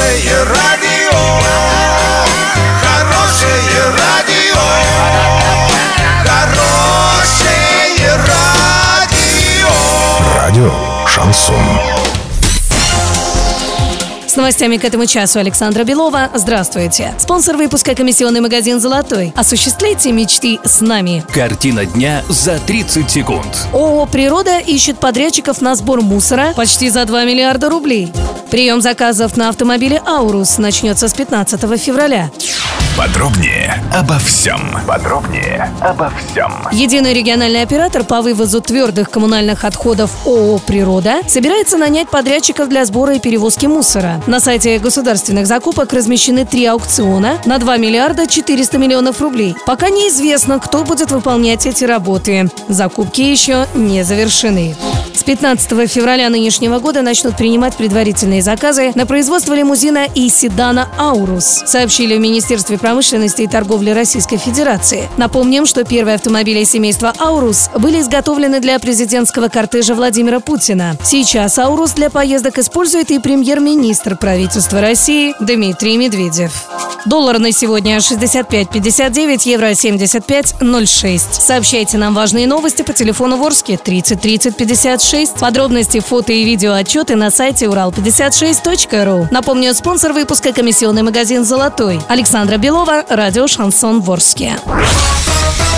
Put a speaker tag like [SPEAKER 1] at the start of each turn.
[SPEAKER 1] Хорошее радио, хорошее радио, хорошее радио.
[SPEAKER 2] Радио Шансон.
[SPEAKER 3] С новостями к этому часу Александра Белова. Здравствуйте. Спонсор выпуска — комиссионный магазин «Золотой». Осуществляйте мечты с нами.
[SPEAKER 4] Картина дня за 30 секунд.
[SPEAKER 3] ООО «Природа» ищет подрядчиков на сбор мусора почти за 2 миллиарда рублей. Прием заказов на автомобиле «Аурус» начнется с 15 февраля.
[SPEAKER 2] Подробнее обо всем.
[SPEAKER 3] Единый региональный оператор по вывозу твердых коммунальных отходов ООО «Природа» собирается нанять подрядчиков для сбора и перевозки мусора. На сайте государственных закупок размещены 3 аукциона на 2 миллиарда 400 миллионов рублей. Пока неизвестно, кто будет выполнять эти работы. Закупки еще не завершены. С 15 февраля нынешнего года начнут принимать предварительные заказы на производство лимузина и седана «Аурус», сообщили в Министерстве промышленности и торговли Российской Федерации. Напомним, что первые автомобили семейства «Аурус» были изготовлены для президентского кортежа Владимира Путина. Сейчас «Аурус» для поездок использует и премьер-министр правительства России Дмитрий Медведев. Доллар на сегодня 65.59, евро 75.06. Сообщайте нам важные новости по телефону Ворске 30 30 56. Подробности, фото и видео отчеты на сайте урал56.ру. Напомню, спонсор выпуска — комиссионный магазин «Золотой». Александра Белова, радио «Шансон» Ворске.